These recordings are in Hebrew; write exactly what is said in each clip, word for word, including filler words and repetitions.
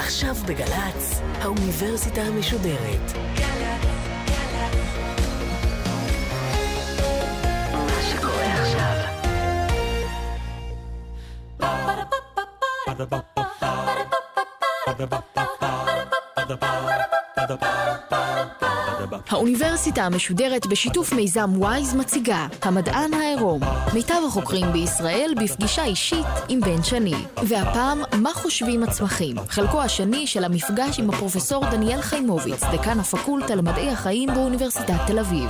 עכשיו בגלץ, האוניברסיטה המשודרת. מה שקורה עכשיו. האוניברסיטה המשודרת בשיתוף מיזם וויז מציגה המדען העירום, מיטב החוקרים בישראל בפגישה אישית עם בן שני. והפעם, מה חושבים הצמחים? חלקו השני של המפגש עם הפרופסור דניאל חיימוביץ, דקן הפקולטה למדעי החיים באוניברסיטת תל אביב.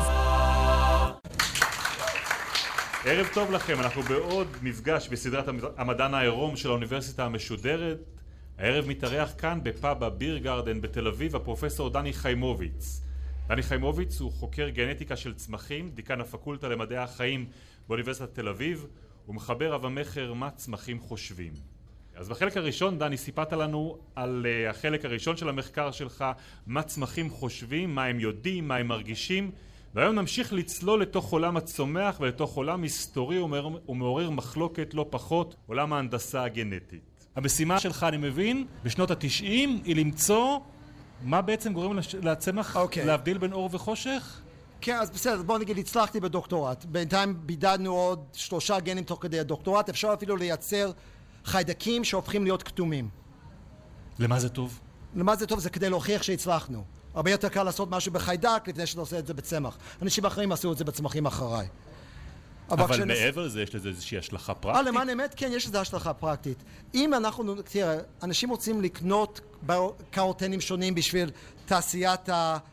ערב טוב לכם, אנחנו בעוד מפגש בסדרת המדען העירום של האוניברסיטה המשודרת. הערב מתארח כאן בפאב הביר גרדן בתל אביב הפרופסור דני חיימוביץ. דני חיימוביץ הוא חוקר גנטיקה של צמחים, דיקן הפקולטה למדעי החיים באוניברסיטת תל אביב, ומחבר רב המחר מה צמחים חושבים. אז בחלק הראשון, דני, סיפרת לנו על uh, החלק הראשון של המחקר שלך, מה צמחים חושבים, מה הם יודעים, מה הם מרגישים, והיום נמשיך לצלול לתוך עולם הצומח ולתוך עולם היסטורי ומעורר מחלוקת לא פחות, עולם ההנדסה הגנטית. המשימה שלך, אני מבין, בשנות התשעים היא למצוא מה בעצם גורם לצמח okay. להבדיל בין אור וחושך? כן, אז בסדר, בוא נגיד, הצלחתי בדוקטורט. בינתיים בידדנו עוד שלושה גנים תוך כדי הדוקטורט. אפשר אפילו לייצר חיידקים שהופכים להיות כתומים. למה זה טוב? למה זה טוב? זה כדי להוכיח שהצלחנו. הרבה יותר קל לעשות משהו בחיידק לפני שאתה עושה את זה בצמח. אנשים אחרים עשו את זה בצמחים אחריי. אבל, אבל כשנס... מעבר לזה יש לזה איזושהי השלכה פרקטית? אה, למען אמת, כן, יש לזה השלכה פרקטית. אם אנחנו, תראה, אנשים רוצים לקנות קרוטנים שונים בשביל תעשיית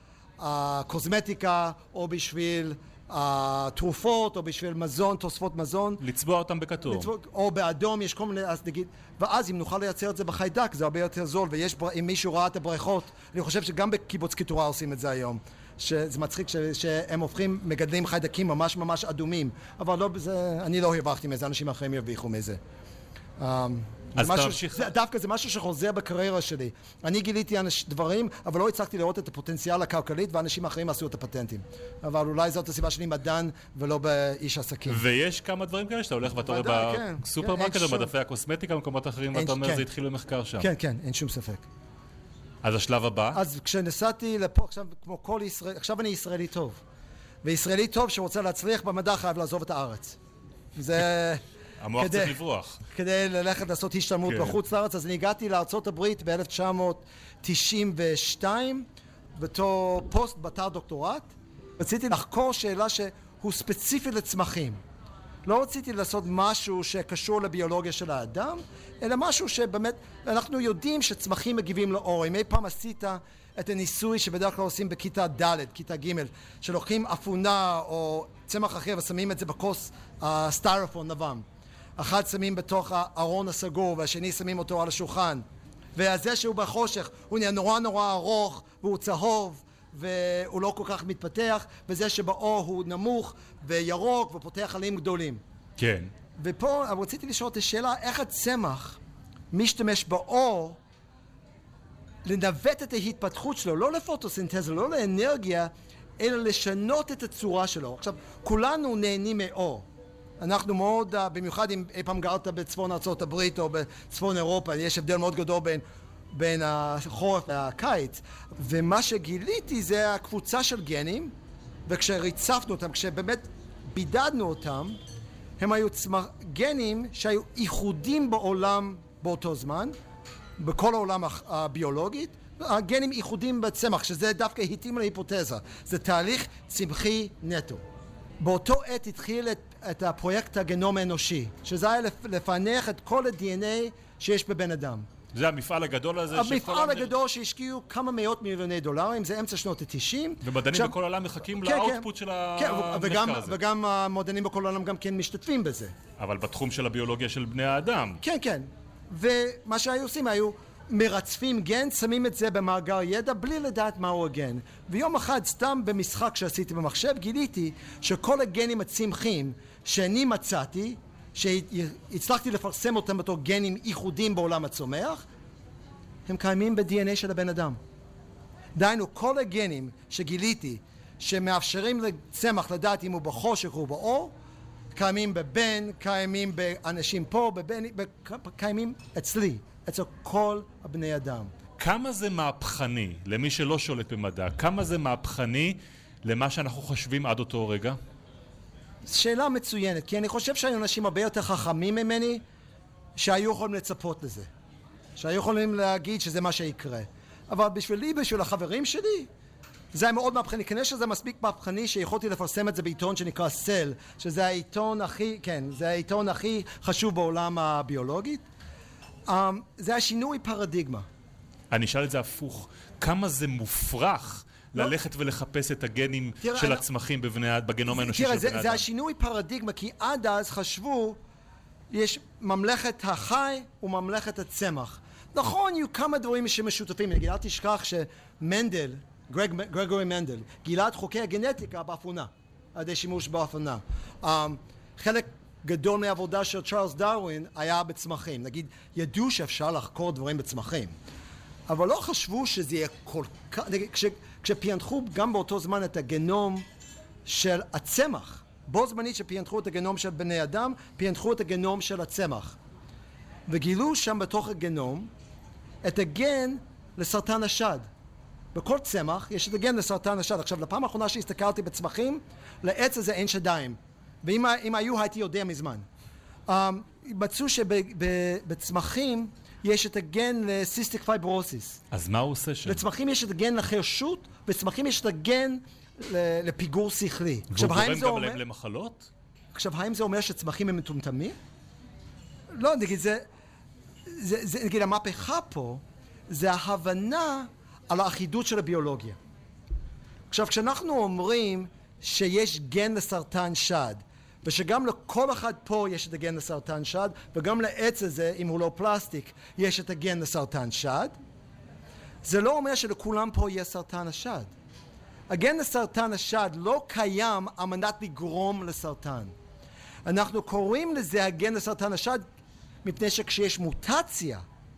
הקוסמטיקה, או בשביל התרופות, או בשביל מזון, תוספות מזון. לצבוע אותם בכתום. לצבוע, או באדום, יש כל מיני, אז נגיד, ואז אם נוכל לייצר את זה בחיידק, זה הרבה יותר זול, ויש, אם מישהו ראה את הבריכות, אני חושב שגם בקיבוץ קיטורה עושים את זה היום. שזה מצחיק ש, שהם הופכים, מגדלים חיידקים ממש ממש אדומים, אבל לא בזה, אני לא הרווחתי מזה, אנשים אחרים ירוויחו מזה. Um, אז משהו, תמשיך. זה, דווקא זה משהו שחוזר בקריירה שלי. אני גיליתי אנש, דברים, אבל לא הצלחתי לראות את הפוטנציאל הכלכלית, ואנשים אחרים עשו את הפטנטים. אבל אולי זאת הסיבה שלי מדען ולא באיש עסקים. ויש כמה דברים כאלה שאתה הולך ואתה רואה כן, בסופרמרקט, כן, במדפי הקוסמטיקה, במקומות אחרים, ואתה אומר, כן. זה התחיל במחקר שם. כן, כן, אין שום ספק. אז השלב הבא? אז כשנסעתי לפה, עכשיו, כמו כל ישראל, עכשיו אני ישראלי טוב. וישראלי טוב שרוצה להצליח במדע חייב לעזוב את הארץ. זה... המוח צריך לברוח. כדי ללכת לעשות השתלמות בחוץ לארץ. אז אני הגעתי לארצות הברית ב-אלף תשע מאות תשעים ושתיים, בתור פוסט בתר דוקטורט. רציתי לחקור שאלה שהוא ספציפי לצמחים. לא רציתי לעשות משהו שקשור לביולוגיה של האדם, אלא משהו שבאמת, אנחנו יודעים שצמחים מגיבים לאור. אם אי פעם עשית את הניסוי שבדרך כלל עושים בכיתה ד', כיתה ג', שלוקחים אפונה או צמח אחר ושמים את זה בכוס הסטיירופון לבן. אחד שמים בתוך הארון הסגור והשני שמים אותו על השולחן. והזה שהוא בחושך, הוא נהיה נורא נורא ארוך והוא צהוב, והוא לא כל כך מתפתח, וזה שבאור הוא נמוך וירוק ופותח עלים גדולים. כן. ופה רציתי לשאול את השאלה, איך הצמח משתמש באור לנווט את ההתפתחות שלו, לא לפוטוסינתזה, לא לאנרגיה, אלא לשנות את הצורה שלו. עכשיו, כולנו נהנים מאור. אנחנו מאוד, במיוחד אם אי פעם גרת בצפון ארצות הברית או בצפון אירופה, יש הבדל מאוד גדול בין בין החורף והקיץ, ומה שגיליתי זה הקבוצה של גנים, וכשריצפנו אותם, כשבאמת בידדנו אותם, הם היו צמח, גנים שהיו ייחודים בעולם באותו זמן, בכל העולם הביולוגית, הגנים ייחודים בצמח, שזה דווקא התאים להיפותזה, זה תהליך צמחי נטו. באותו עת התחיל את, את הפרויקט הגנום האנושי, שזה היה לפענח את כל ה-די אן איי שיש בבן אדם. זה המפעל הגדול הזה? המפעל הגדול שהשקיעו כמה מאות מיליוני דולרים, זה אמצע שנות ה-תשעים. ומדענים בכל העולם מחכים לאוטפוט של המחקר הזה. וגם המדענים בכל העולם גם כן משתתפים בזה. אבל בתחום של הביולוגיה של בני האדם. כן, כן. ומה שהיו עושים, היו מרצפים גן, שמים את זה במאגר ידע בלי לדעת מהו הגן. ויום אחד, סתם במשחק שעשיתי במחשב, גיליתי שכל הגנים הצמחיים שאני מצאתי, שהצלחתי לפרסם אותם בתור גנים ייחודים בעולם הצומח, הם קיימים ב-די אן איי של הבן אדם. דהיינו, כל הגנים שגיליתי שמאפשרים לצמח לדעת אם הוא בחושך או באור, קיימים בבן, קיימים באנשים פה, בבן, קיימים אצלי, אצל כל הבני אדם. כמה זה מהפכני, למי שלא שולט במדע, כמה זה מהפכני למה שאנחנו חושבים עד אותו רגע? שאלה מצוינת, כי אני חושב שהיו אנשים הרבה יותר חכמים ממני שהיו יכולים לצפות לזה. שהיו יכולים להגיד שזה מה שיקרה. אבל בשבילי, בשביל החברים שלי, זה היה מאוד מהפכני. כנראה שזה מספיק מהפכני שיכולתי לפרסם את זה בעיתון שנקרא סל, שזה העיתון הכי, כן, זה העיתון הכי חשוב בעולם הביולוגית. Um, זה השינוי פרדיגמה. אני אשאל את זה הפוך. כמה זה מופרך לא. ללכת ולחפש את הגנים תראה, של אני... הצמחים בבני, בגנום האנושי של זה, בני אדם? זה השינוי פרדיגמה, כי עד אז חשבו, יש ממלכת החי וממלכת הצמח. נכון, יהיו כמה דברים שמשותפים. נגיד, אל תשכח שמנדל, גרג, גרגורי מנדל, גילה את חוקי הגנטיקה באפונה, על ידי שימוש באפונה. Um, חלק גדול מהעבודה של צ'ארלס דרווין היה בצמחים. נגיד, ידעו שאפשר לחקור דברים בצמחים. אבל לא חשבו שזה יהיה כל כך... נגיד, כש, כשפיינחו גם באותו זמן את הגנום של הצמח, בו זמנית שפיינחו את הגנום של בני אדם, פיינחו את הגנום של הצמח. וגילו שם בתוך הגנום את הגן לסרטן השד. בכל צמח יש את הגן לסרטן השד. עכשיו, לפעם האחרונה שהסתכלתי בצמחים, לעץ הזה אין שדיים. ואם אם היו, הייתי יודע מזמן. Um, מצאו שבצמחים יש את הגן לסיסטיק פייברוסיס. אז מה הוא עושה שם? בצמחים יש את הגן לחרשות, בצמחים יש את הגן לפיגור שכלי. והוא גורם גם אומר... למחלות? עכשיו, האם זה אומר שצמחים הם מטומטמים? לא, נגיד, זה, זה, זה, נגיד, המהפכה פה, זה ההבנה על האחידות של הביולוגיה. עכשיו, כשאנחנו אומרים שיש גן לסרטן שד, ושגם לכל אחד פה יש את הגן לסרטן שד, וגם לעץ הזה, אם הוא לא פלסטיק, יש את הגן לסרטן שד, זה לא אומר שלכולם פה יהיה סרטן השד. הגן לסרטן השד לא קיים על מנת לגרום לסרטן. אנחנו קוראים לזה הגן לסרטן השד, מפני שכשיש מוטציה,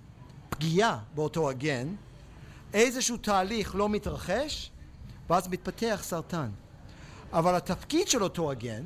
פגיעה באותו הגן, איזשהו תהליך לא מתרחש, ואז מתפתח סרטן. אבל התפקיד של אותו הגן,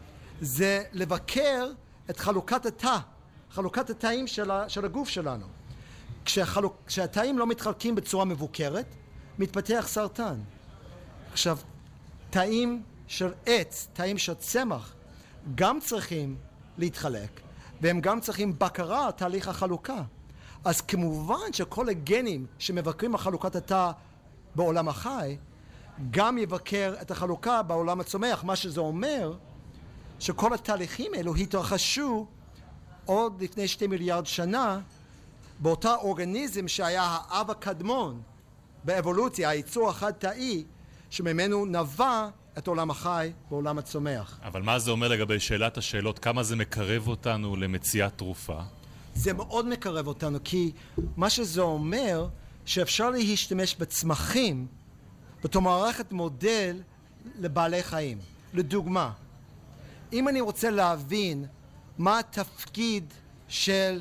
זה לבקר את חלוקת התא, חלוקת התאים של, ה, של הגוף שלנו. כשהחלוק, כשהתאים לא מתחלקים בצורה מבוקרת, מתפתח סרטן. עכשיו, תאים של עץ, תאים של צמח, גם צריכים להתחלק, והם גם צריכים בקרה על תהליך החלוקה. אז כמובן שכל הגנים שמבקרים על חלוקת התא בעולם החי, גם יבקר את החלוקה בעולם הצומח, מה שזה אומר שכל התהליכים האלו התרחשו עוד לפני שתי מיליארד שנה באותה אורגניזם שהיה האב הקדמון באבולוציה, היצור החד-תאי שממנו נבע את עולם החי בעולם הצומח. אבל מה זה אומר לגבי שאלת השאלות? כמה זה מקרב אותנו למציאת תרופה? זה מאוד מקרב אותנו, כי מה שזה אומר שאפשר להשתמש בצמחים בתור מערכת מודל לבעלי חיים. לדוגמה, אם אני רוצה להבין מה התפקיד של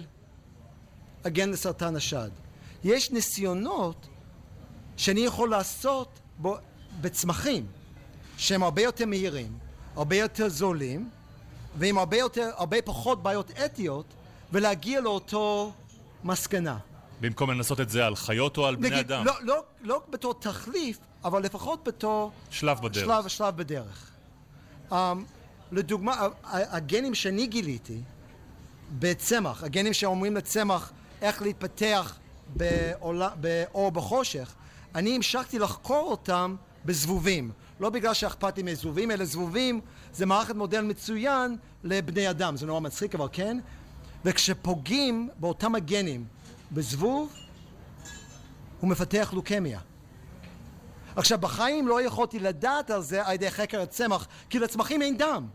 הגן לסרטן השד, יש ניסיונות שאני יכול לעשות בו, בצמחים שהם הרבה יותר מהירים, הרבה יותר זולים, ועם הרבה, יותר, הרבה פחות בעיות אתיות, ולהגיע לאותו מסקנה. במקום לנסות את זה על חיות או על בני נגיד, אדם? לא, לא, לא בתור תחליף, אבל לפחות בתור... שלב בדרך. שלב, שלב בדרך. Um, לדוגמה, הגנים שאני גיליתי בצמח, הגנים שאומרים לצמח איך להתפתח בעולה, באור בחושך, אני המשכתי לחקור אותם בזבובים. לא בגלל שאכפת לי מזבובים, אלא זבובים זה מערכת מודל מצוין לבני אדם. זה נורא מצחיק, אבל כן. וכשפוגעים באותם הגנים בזבוב, הוא מפתח לוקמיה. עכשיו, בחיים לא יכולתי לדעת על זה על ידי חקר הצמח, כי לצמחים אין דם.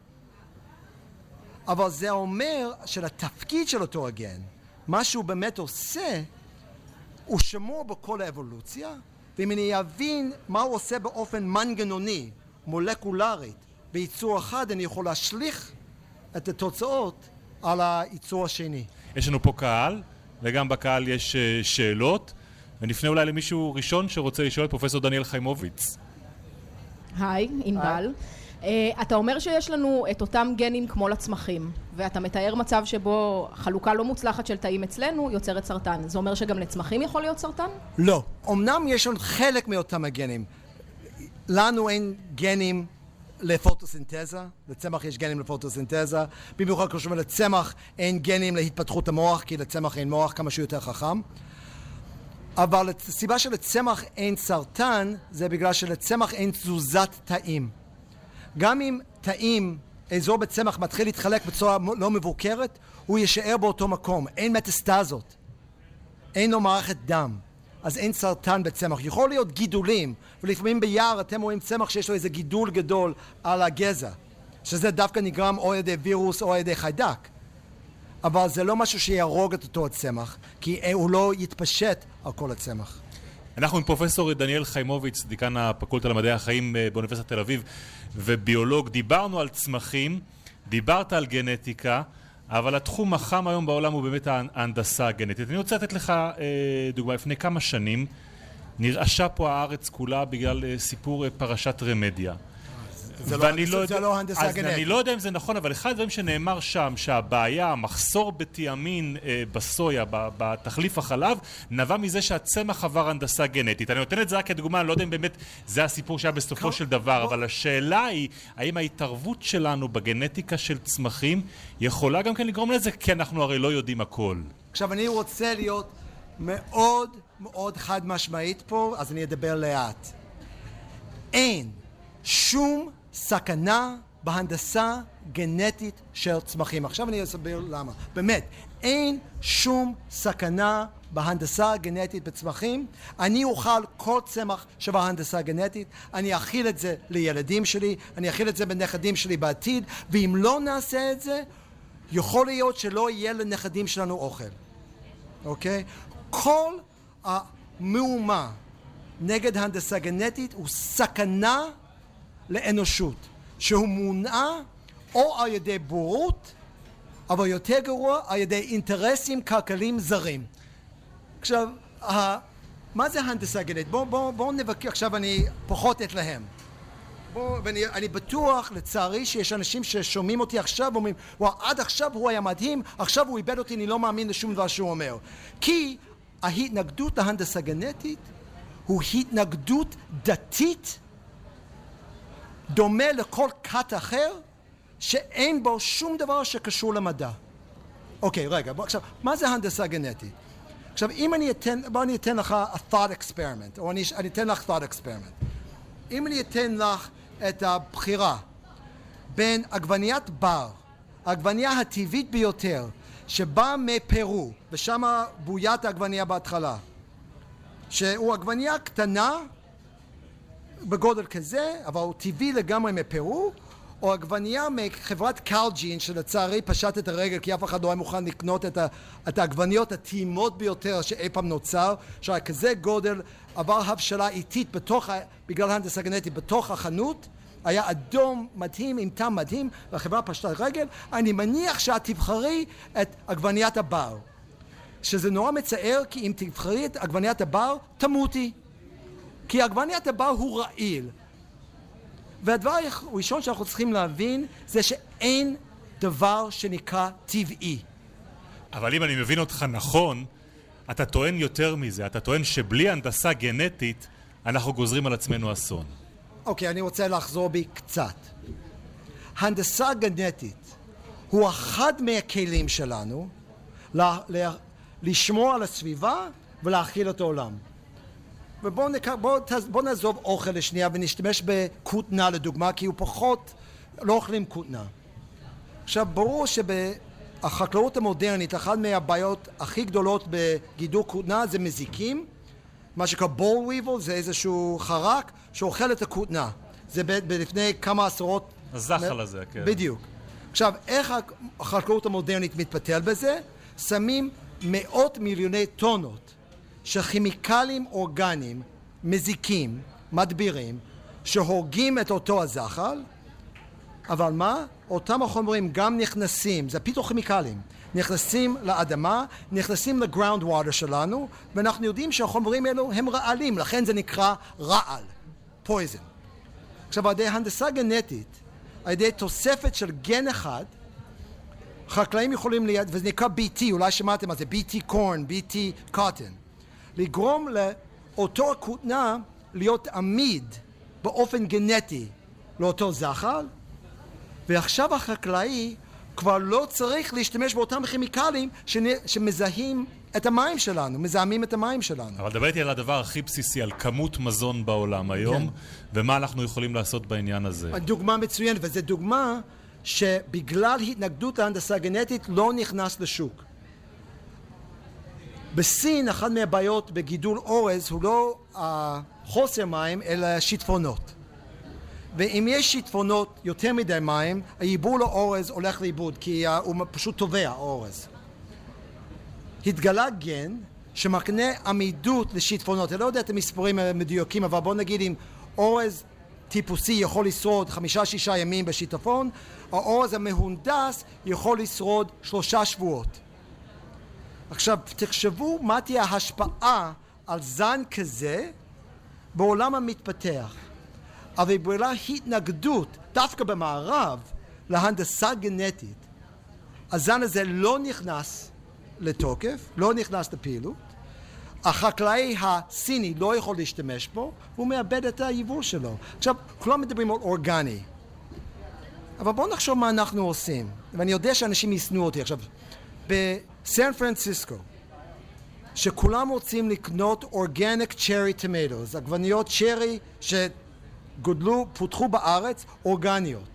אבל זה אומר שלתפקיד של אותו הגן, מה שהוא באמת עושה, הוא שמור בכל האבולוציה, ואם אני אבין מה הוא עושה באופן מנגנוני, מולקולרית, ביצור אחד, אני יכול להשליך את התוצאות על היצור השני. יש לנו פה קהל, וגם בקהל יש שאלות, ונפנה אולי למישהו ראשון שרוצה לשאול את פרופסור דניאל חיימוביץ. היי, ענבל. אתה אומר שיש לנו את אותם גנים כמו לצמחים, ואתה מתאר מצב שבו חלוקה לא מוצלחת של תאים אצלנו יוצרת סרטן. זה אומר שגם לצמחים יכול להיות סרטן? לא. אמנם יש לנו חלק מאותם הגנים. לנו אין גנים לפוטוסינתזה, לצמח יש גנים לפוטוסינתזה, במיוחד כשאומר לצמח אין גנים להתפתחות המוח, כי לצמח אין מוח כמה שהוא יותר חכם. אבל הסיבה שלצמח אין סרטן זה בגלל שלצמח אין תזוזת תאים. גם אם תאים, אזור בצמח מתחיל להתחלק בצורה לא מבוקרת, הוא יישאר באותו מקום. אין מטסטזות, אין לו מערכת דם, אז אין סרטן בצמח. יכול להיות גידולים, ולפעמים ביער אתם רואים צמח שיש לו איזה גידול גדול על הגזע, שזה דווקא נגרם או על ידי וירוס או על ידי חיידק. אבל זה לא משהו שיהרוג את אותו הצמח, כי הוא לא יתפשט על כל הצמח. אנחנו עם פרופסור דניאל חיימוביץ, דיקן הפקולטה למדעי החיים באוניברסיטת תל אביב וביולוג. דיברנו על צמחים, דיברת על גנטיקה, אבל התחום החם היום בעולם הוא באמת ההנדסה הגנטית. אני רוצה לתת לך דוגמה. לפני כמה שנים נרעשה פה הארץ כולה בגלל סיפור פרשת רמדיה. זה לא, לא, זה לא הנדסה גנטית. אז אני לא יודע אם זה נכון, אבל אחד הדברים שנאמר שם, שהבעיה, המחסור בתיאמין אה, בסויה, בתחליף החלב, נבע מזה שהצמח עבר הנדסה גנטית. אני נותן את זה רק כדוגמה, אני לא יודע אם באמת זה הסיפור שהיה בסופו של דבר, אבל השאלה היא, האם ההתערבות שלנו בגנטיקה של צמחים יכולה גם כן לגרום לזה? כי אנחנו הרי לא יודעים הכל. עכשיו, אני רוצה להיות מאוד מאוד חד משמעית פה, אז אני אדבר לאט. אין שום סכנה בהנדסה גנטית של צמחים. עכשיו אני אסביר למה. באמת, אין שום סכנה בהנדסה גנטית בצמחים. אני אוכל כל צמח שווה הנדסה גנטית, אני אכיל את זה לילדים שלי, אני אכיל את זה בנכדים שלי בעתיד, ואם לא נעשה את זה, יכול להיות שלא יהיה לנכדים שלנו אוכל. אוקיי? כל המהומה נגד הנדסה גנטית הוא סכנה לאנושות, שהוא מונע או על ידי בורות, אבל יותר גרוע על ידי אינטרסים כלכליים זרים. עכשיו, מה זה הנדסה גנטית? בואו בוא, בוא נבקר, עכשיו אני פחות אתלהם. בוא, ואני אני בטוח, לצערי, שיש אנשים ששומעים אותי עכשיו ואומרים, וואו, עד עכשיו הוא היה מדהים, עכשיו הוא איבד אותי, אני לא מאמין לשום דבר שהוא אומר. כי ההתנגדות להנדסה גנטית הוא התנגדות דתית, דומה לכל כת אחר, שאין בו שום דבר שקשור למדע. אוקיי, רגע, בוא, עכשיו, מה זה הנדסה גנטית? עכשיו, אם אני אתן, בוא אני אתן לך a thought experiment, או אני, אני אתן לך thought experiment. אם אני אתן לך את הבחירה בין עגבניית בר, העגבנייה הטבעית ביותר, שבאה מפרו, ושם בוית העגבנייה בהתחלה, שהוא עגבנייה קטנה, בגודל כזה, אבל הוא טבעי לגמרי מפרו, או עגבנייה מחברת קלג'ין, שלצערי פשט את הרגל, כי אף אחד לא היה מוכן לקנות את, ה, את העגבניות הטעימות ביותר שאי פעם נוצר, שהיה כזה גודל, עבר הבשלה איטית בתוך, בגלל הנדסה גנטית, בתוך החנות, היה אדום מדהים, עם טעם מדהים, והחברה פשטה את הרגל. אני מניח שאת תבחרי את עגבניית הבר. שזה נורא מצער, כי אם תבחרי את עגבניית הבר, תמותי. כי עגבניית הבר הוא רעיל. והדבר הראשון שאנחנו צריכים להבין זה שאין דבר שנקרא טבעי. אבל אם אני מבין אותך נכון, אתה טוען יותר מזה. אתה טוען שבלי הנדסה גנטית אנחנו גוזרים על עצמנו אסון. אוקיי, אני רוצה לחזור בי קצת. הנדסה גנטית הוא אחד מהכלים שלנו לשמור על הסביבה ולהכיל את העולם. ובואו נק... בוא, בוא נעזוב אוכל לשנייה ונשתמש בכותנה לדוגמה, כי הוא פחות לא אוכלים כותנה. עכשיו, ברור שבחקלאות המודרנית, אחת מהבעיות הכי גדולות בגידול כותנה זה מזיקים. מה שקרה בול וויבל, זה איזשהו חרק שאוכל את הכותנה. זה ב... לפני כמה עשרות... הזחל הזה, כן. בדיוק. עכשיו, איך החקלאות המודרנית מתפתל בזה? שמים מאות מיליוני טונות של כימיקלים אורגניים, מזיקים, מדבירים, שהורגים את אותו הזחל, אבל מה? אותם החומרים גם נכנסים, זה פיתוכימיקלים, נכנסים לאדמה, נכנסים לגראונד ווטר שלנו, ואנחנו יודעים שהחומרים האלו הם רעלים, לכן זה נקרא רעל, פויזן. עכשיו, על ידי הנדסה גנטית, על ידי תוספת של גן אחד, חקלאים יכולים להיות, וזה נקרא בי טי, אולי שמעתם על זה, בי טי corn, בי טי cotton, לגרום לאותו הכותנה להיות עמיד באופן גנטי לאותו זחל, ועכשיו החקלאי כבר לא צריך להשתמש באותם כימיקלים שמזהים את המים שלנו, מזהמים את המים שלנו. אבל דבר איתי על הדבר הכי בסיסי, על כמות מזון בעולם היום, כן. ומה אנחנו יכולים לעשות בעניין הזה. דוגמה מצוינת, וזו דוגמה שבגלל התנגדות להנדסה גנטית לא נכנס לשוק. בסין, אחת מהבעיות בגידול אורז הוא לא חוסר מים, אלא שיטפונות. ואם יש שיטפונות יותר מדי מים, היבול האורז הולך לאיבוד, כי הוא פשוט טובע, האורז. התגלה גן שמקנה עמידות לשיטפונות. אני לא יודע את המספרים המדויקים, אבל בוא נגיד אם אורז טיפוסי יכול לשרוד חמישה שישה ימים בשיטפון, האורז המהונדס יכול לשרוד שלושה שבועות. עכשיו, תחשבו מה תהיה ההשפעה על זן כזה בעולם המתפתח. אבל בגלל התנגדות, דווקא במערב, להנדסה גנטית, הזן הזה לא נכנס לתוקף, לא נכנס לפעילות, החקלאי הסיני לא יכול להשתמש בו, והוא מאבד את היבול שלו. עכשיו, כולם מדברים על אורגני, אבל בואו נחשוב מה אנחנו עושים, ואני יודע שאנשים ישנאו אותי. עכשיו, בסן פרנסיסקו, שכולם רוצים לקנות אורגניק צ'רי טומטוס, עגבניות צ'רי שגודלו, פותחו בארץ, אורגניות.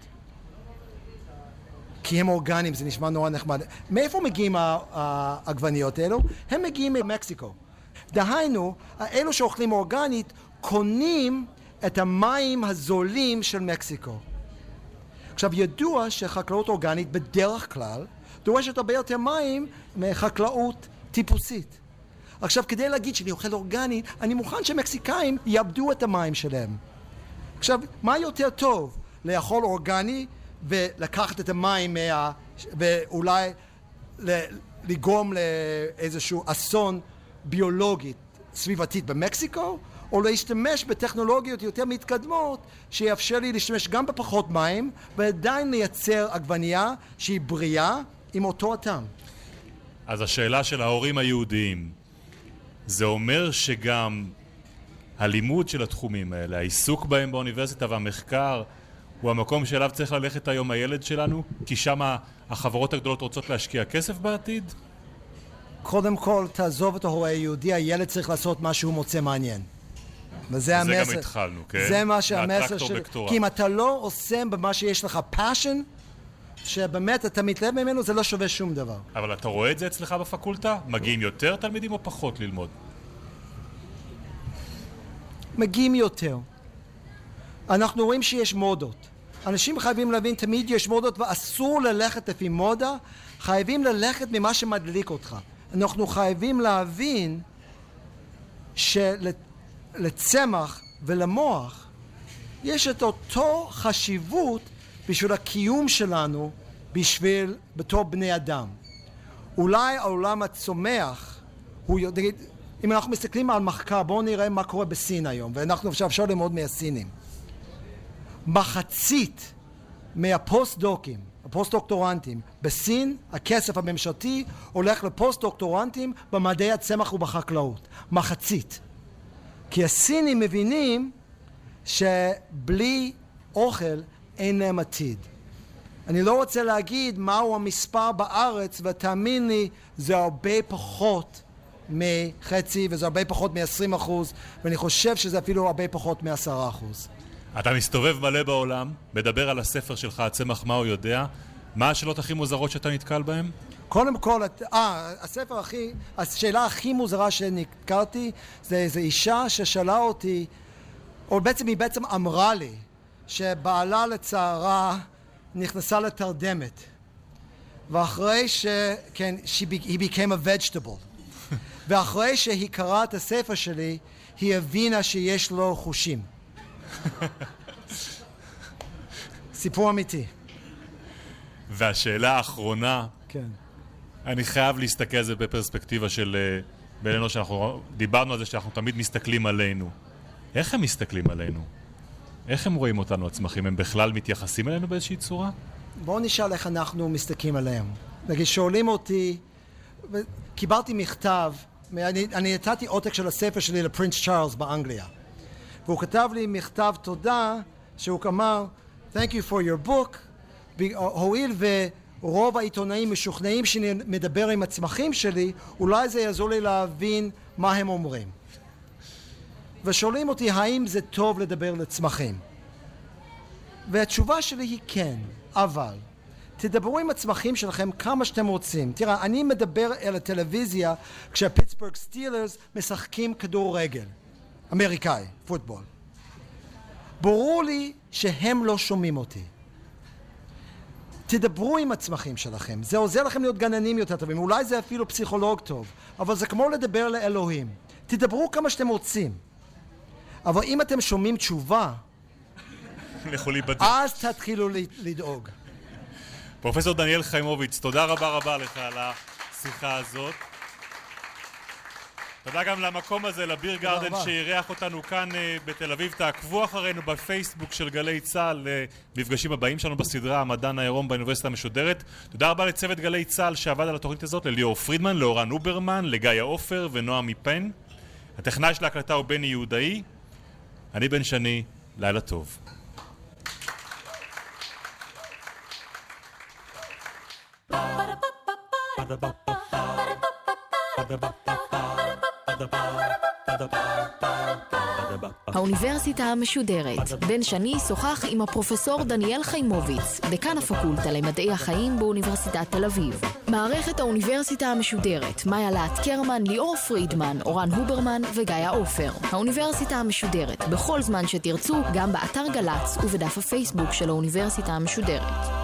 כי הם אורגנים, זה נשמע נורא נחמד. מאיפה מגיעים העגבניות האלו? הם מגיעים ממקסיקו. דהיינו, האלו שאוכלים אורגנית קונים את המים הזולים של מקסיקו. עכשיו, ידוע שחקלאות אורגנית בדרך כלל דורשת הרבה יותר מים מחקלאות טיפוסית. עכשיו, כדי להגיד שאני אוכל אורגנית, אני מוכן שמקסיקאים יאבדו את המים שלהם. עכשיו, מה יותר טוב? לאכול אורגני ולקחת את המים מה... ואולי לגרום לאיזשהו אסון ביולוגית סביבתית במקסיקו, או להשתמש בטכנולוגיות יותר מתקדמות שיאפשר לי להשתמש גם בפחות מים ועדיין לייצר עגבנייה שהיא בריאה עם אותו הטעם. אז השאלה של ההורים היהודיים, זה אומר שגם הלימוד של התחומים האלה, העיסוק בהם באוניברסיטה והמחקר, הוא המקום שאליו צריך ללכת היום הילד שלנו? כי שם החברות הגדולות רוצות להשקיע כסף בעתיד? קודם כל, תעזוב את ההורה היהודי, הילד צריך לעשות מה שהוא מוצא מעניין. וזה המסר. זה גם התחלנו, כן? זה מה שהמסר של... כי אם אתה לא עושה במה שיש לך passion, שבאמת אתה מתלהב ממנו, זה לא שווה שום דבר. אבל אתה רואה את זה אצלך בפקולטה? מגיעים יותר תלמידים או פחות ללמוד? מגיעים יותר. אנחנו רואים שיש מודות. אנשים חייבים להבין, תמיד יש מודות ואסור ללכת לפי מודה, חייבים ללכת ממה שמדליק אותך. אנחנו חייבים להבין שלצמח ולמוח יש את אותו חשיבות בשביל הקיום שלנו, בשביל בתור בני אדם. אולי העולם הצומח, הוא יודע, אם אנחנו מסתכלים על מחקר, בואו נראה מה קורה בסין היום, ואנחנו עכשיו אפשר ללמוד מהסינים. מחצית מהפוסט-דוקים, הפוסט-דוקטורנטים, בסין, הכסף הממשלתי הולך לפוסט-דוקטורנטים במדעי הצמח ובחקלאות. מחצית. כי הסינים מבינים שבלי אוכל אין להם עתיד. אני לא רוצה להגיד מהו המספר בארץ, ותאמין לי, זה הרבה פחות מחצי, וזה הרבה פחות מ-עשרים אחוז, ואני חושב שזה אפילו הרבה פחות מ-עשרה אחוז. אתה מסתובב מלא בעולם, מדבר על הספר שלך, הצמח מה הוא יודע. מה השאלות הכי מוזרות שאתה נתקל בהן? קודם כל, אה, הספר הכי, השאלה הכי מוזרה שנתקלתי, זה איזו אישה ששאלה אותי, או בעצם היא בעצם אמרה לי, שבעלה לצערה נכנסה לתרדמת. ואחרי ש... כן, she be, he became a vegetable. ואחרי שהיא קראה את הספר שלי, היא הבינה שיש לו חושים. סיפור אמיתי. והשאלה האחרונה, כן. אני חייב להסתכל על זה בפרספקטיבה של בינינו, שאנחנו דיברנו על זה שאנחנו תמיד מסתכלים עלינו. איך הם מסתכלים עלינו? איך הם רואים אותנו הצמחים? הם בכלל מתייחסים אלינו באיזושהי צורה? בואו נשאל איך אנחנו מסתכלים עליהם. נגיד, שואלים אותי, קיבלתי מכתב, אני, אני נתתי עותק של הספר שלי לפרינס צ'ארלס באנגליה. והוא כתב לי מכתב תודה, שהוא אמר, Thank you for your book, הואיל ורוב העיתונאים משוכנעים שאני מדבר עם הצמחים שלי, אולי זה יעזור לי להבין מה הם אומרים. ושואלים אותי, האם זה טוב לדבר לצמחים? והתשובה שלי היא כן, אבל תדברו עם הצמחים שלכם כמה שאתם רוצים. תראה, אני מדבר אל הטלוויזיה כשהפיטסבורג סטילרס משחקים כדורגל, אמריקאי, פוטבול. ברור לי שהם לא שומעים אותי. תדברו עם הצמחים שלכם, זה עוזר לכם להיות גננים יותר טובים, אולי זה אפילו פסיכולוג טוב, אבל זה כמו לדבר לאלוהים. תדברו כמה שאתם רוצים, אבל אם אתם שומעים תשובה, אז תתחילו לדאוג. פרופסור דניאל חיימוביץ, תודה רבה רבה לך על השיחה הזאת. תודה גם למקום הזה, לביר גרדן שאירח אותנו כאן בתל אביב. תעקבו אחרינו בפייסבוק של גלי צה"ל למפגשים הבאים שלנו בסדרה המדען העירום באוניברסיטה המשודרת. תודה רבה לצוות גלי צה"ל שעבד על התוכנית הזאת, לליאור פרידמן, לאורן אוברמן, לגיא עופר ונועם מפן. הטכנאי של ההקלטה הוא בני יהודאי. אני בן שני, לילה טוב. האוניברסיטה המשודרת. בן שני שוחח עם הפרופסור דניאל חיימוביץ, דקן הפקולטה למדעי החיים באוניברסיטת תל אביב. מערכת האוניברסיטה המשודרת, מאיה להט קרמן, ליאור פרידמן, אורן הוברמן וגיא עופר. האוניברסיטה המשודרת, בכל זמן שתרצו, גם באתר גלץ ובדף הפייסבוק של האוניברסיטה המשודרת.